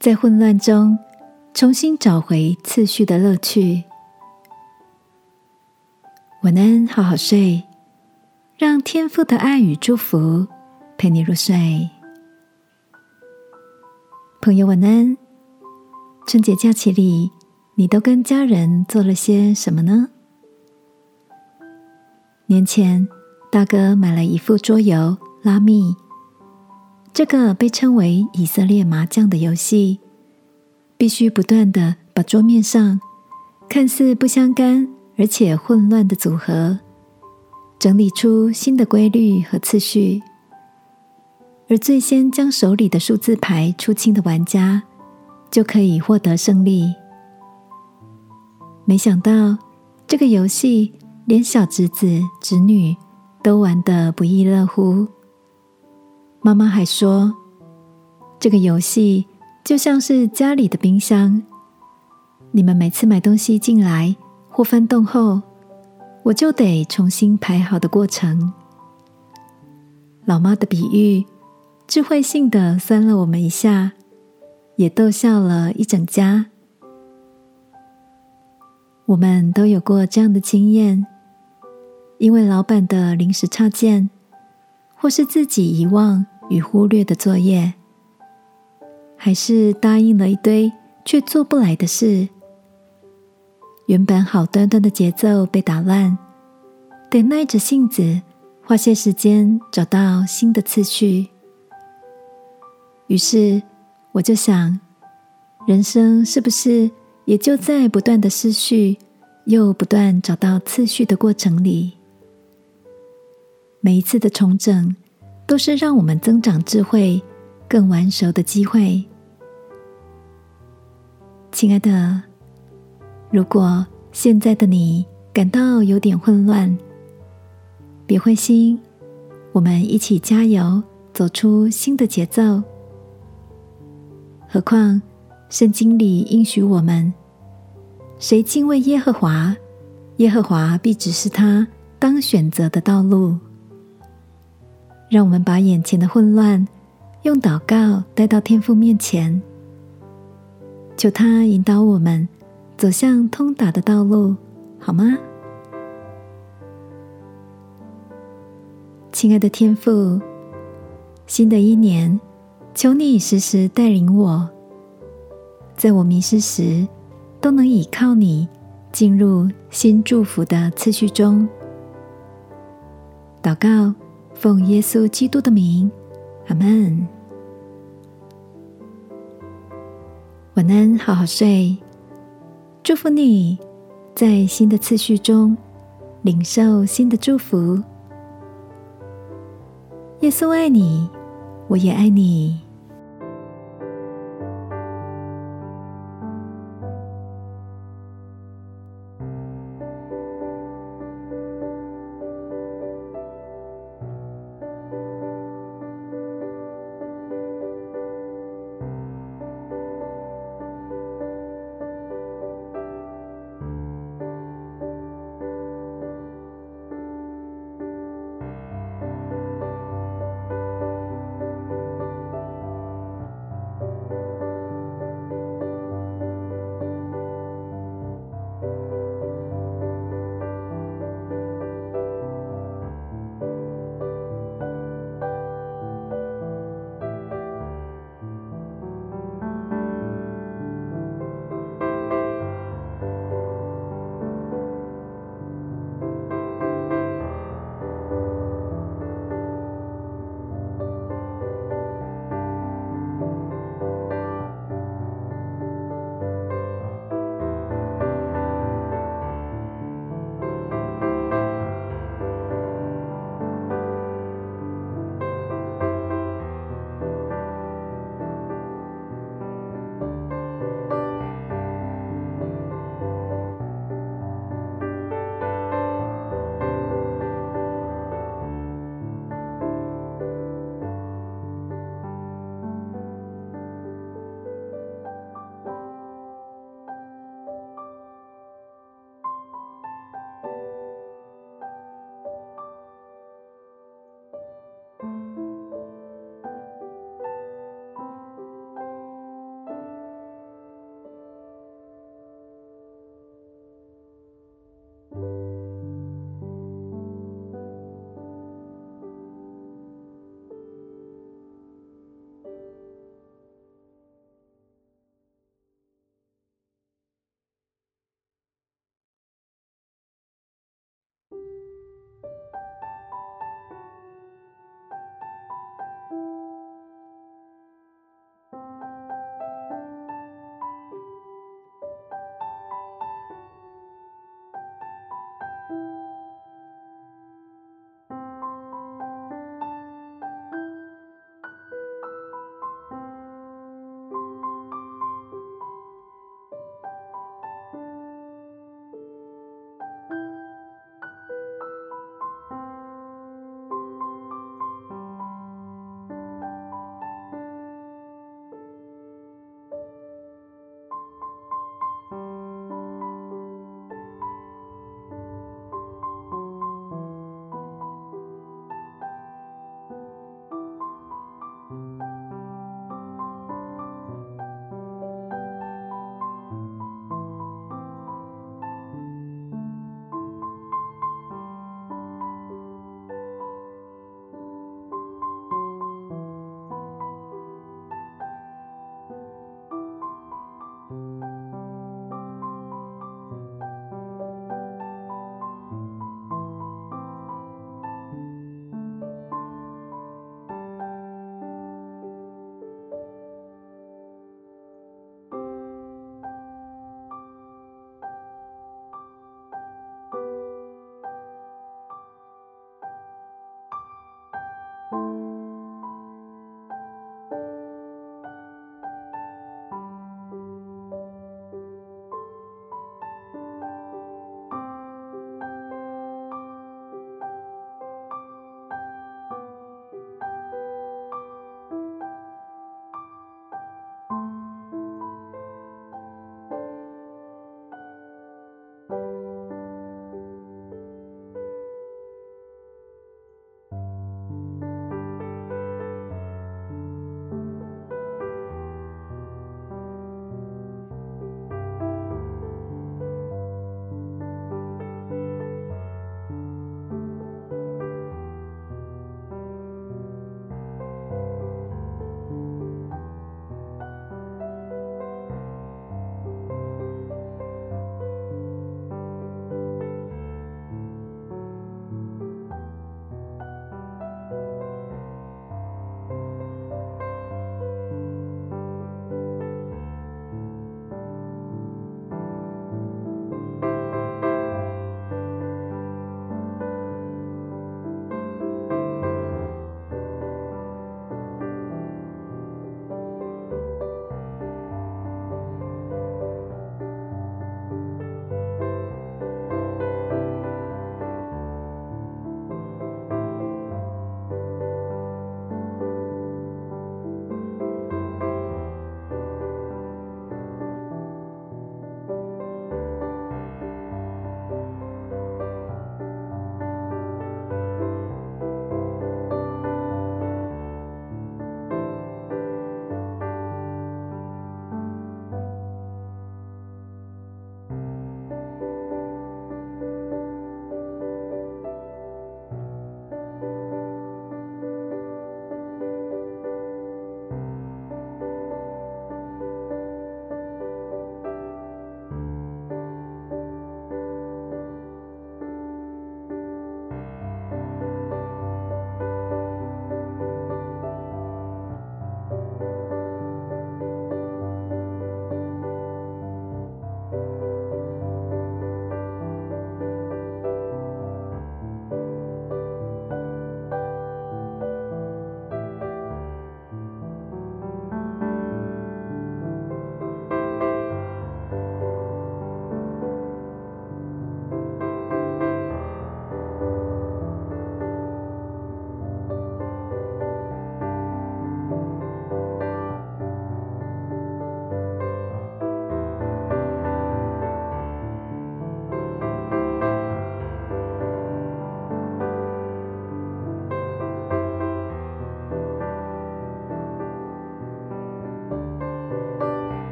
在混乱中重新找回次序的乐趣。晚安，好好睡，让天父的爱与祝福陪你入睡。朋友晚安，春节假期里，你都跟家人做了些什么呢？年前，大哥买了一副桌游拉密，这个被称为以色列麻将的游戏，必须不断地把桌面上看似不相干而且混乱的组合整理出新的规律和次序，而最先将手里的数字牌出清的玩家就可以获得胜利。没想到这个游戏连小侄子侄女都玩得不亦乐乎。妈妈还说，这个游戏就像是家里的冰箱，你们每次买东西进来或翻动后，我就得重新排好的过程。老妈的比喻智慧性地酸了我们一下，也逗笑了一整家。我们都有过这样的经验，因为老板的临时插件，或是自己遗忘与忽略的作业，还是答应了一堆却做不来的事，原本好端端的节奏被打乱，得耐着性子花些时间找到新的次序。于是我就想，人生是不是也就在不断的失序又不断找到次序的过程里？每一次的重整都是让我们增长智慧更完熟的机会。亲爱的，如果现在的你感到有点混乱，别灰心，我们一起加油，走出新的节奏。何况圣经里应许我们，谁敬畏耶和华，耶和华必指示他当选择的道路。让我们把眼前的混乱用祷告带到天父面前，求他引导我们走向通达的道路，好吗？亲爱的天父，新的一年，求你时时带领我，在我迷失时都能倚靠你进入新祝福的次序中。祷告，奉耶稣基督的名，阿们。晚安，好好睡。祝福你在新的次序中领受新的祝福。耶稣爱你，我也爱你。